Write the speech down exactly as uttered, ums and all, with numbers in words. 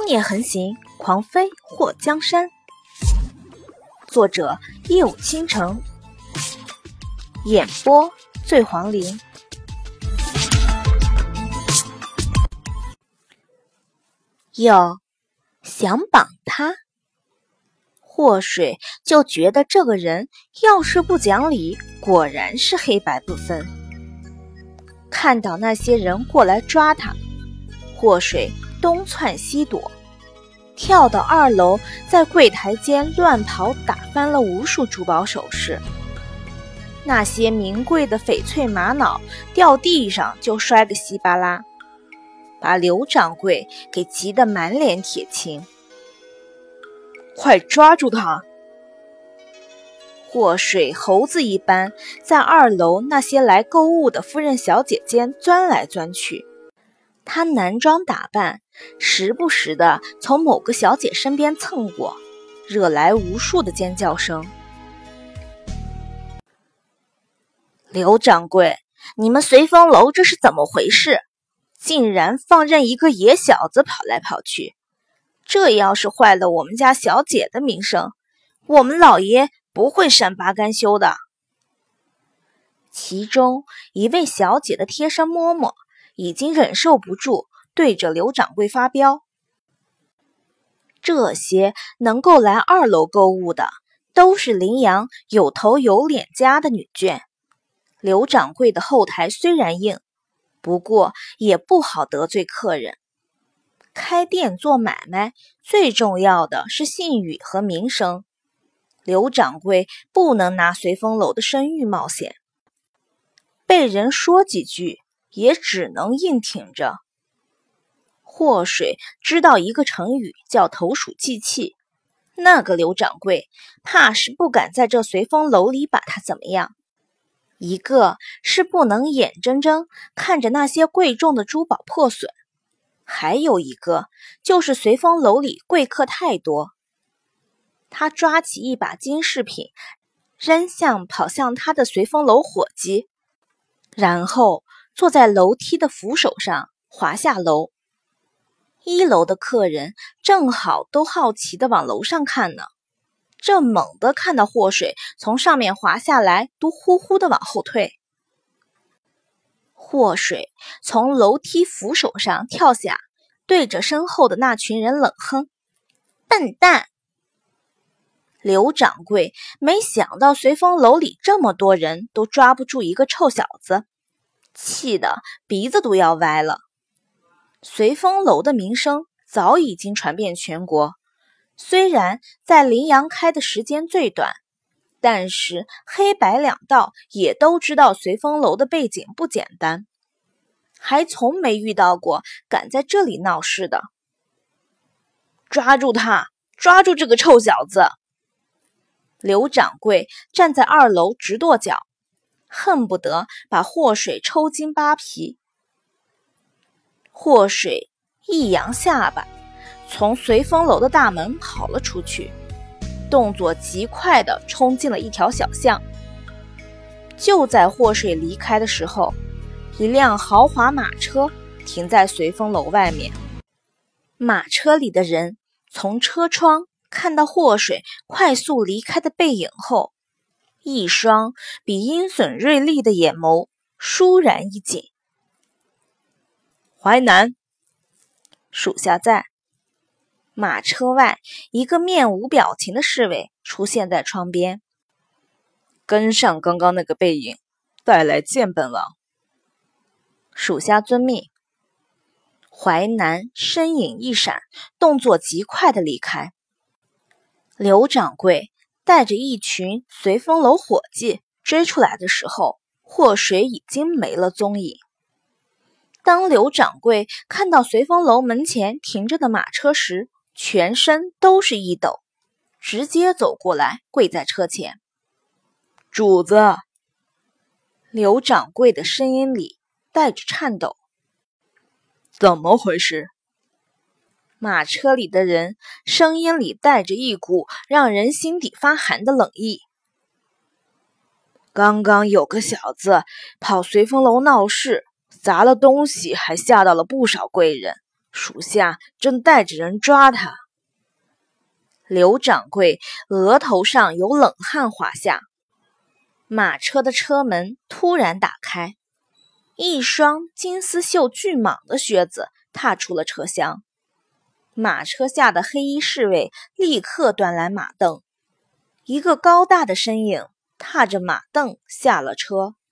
孽横行，狂飞祸江山。作者：夜舞倾城，演播：醉黄林。有想绑他，祸水就觉得这个人要是不讲理，果然是黑白不分。看到那些人过来抓他，祸水东窜西躲，跳到二楼，在柜台间乱跑，打翻了无数珠宝首饰。那些名贵的翡翠玛瑙掉地上就摔个稀巴拉，把刘掌柜给急得满脸铁青。 快抓住他！ 祸水猴子一般在二楼那些来购物的夫人小姐间钻来钻去。他男装打扮，时不时地从某个小姐身边蹭过，惹来无数的尖叫声。刘掌柜，你们随风楼这是怎么回事？竟然放任一个野小子跑来跑去，这要是坏了我们家小姐的名声，我们老爷不会善罢甘休的。其中一位小姐的贴身嬷嬷已经忍受不住，对着刘掌柜发飙。这些能够来二楼购物的，都是临阳有头有脸家的女眷。刘掌柜的后台虽然硬，不过也不好得罪客人。开店做买卖，最重要的是信誉和名声。刘掌柜不能拿随风楼的声誉冒险，被人说几句也只能硬挺着。祸水知道一个成语叫投鼠忌器，那个刘掌柜怕是不敢在这随风楼里把他怎么样。一个是不能眼睁睁看着那些贵重的珠宝破损，还有一个就是随风楼里贵客太多。他抓起一把金饰品，扔向跑向他的随风楼伙计，然后坐在楼梯的扶手上滑下楼。一楼的客人正好都好奇地往楼上看呢，这猛地看到祸水从上面滑下来，都呼呼地往后退。祸水从楼梯扶手上跳下，对着身后的那群人冷哼：笨蛋！刘掌柜没想到随风楼里这么多人都抓不住一个臭小子，气得鼻子都要歪了。随风楼的名声早已经传遍全国，虽然在临阳开的时间最短，但是黑白两道也都知道随风楼的背景不简单，还从没遇到过敢在这里闹事的。 抓住他！抓住这个臭小子！ 刘掌柜站在二楼直跺脚，恨不得把祸水抽筋扒皮。祸水一扬下巴，从随风楼的大门跑了出去，动作极快地冲进了一条小巷。就在祸水离开的时候，一辆豪华马车停在随风楼外面。马车里的人从车窗看到祸水快速离开的背影后，一双比鹰隼锐利的眼眸倏然一紧。 淮南， 属下在。马车外，一个面无表情的侍卫出现在窗边。 跟上刚刚那个背影，带来见本王。 属下遵命。淮南身影一闪，动作极快地离开。刘掌柜带着一群随风楼伙计追出来的时候，祸水已经没了踪影。当刘掌柜看到随风楼门前停着的马车时，全身都是一抖，直接走过来跪在车前。 主子！ 刘掌柜的声音里带着颤抖。 怎么回事？ 马车里的人声音里带着一股让人心底发寒的冷意。 刚刚有个小子跑随风楼闹事，砸了东西，还吓到了不少贵人， 属下正带着人抓他。 刘掌柜额头上有冷汗滑下，马车的车门突然打开，一双金丝绣巨蟒的靴子踏出了车厢。马车下的黑衣侍卫立刻端来马凳，一个高大的身影踏着马凳下了车。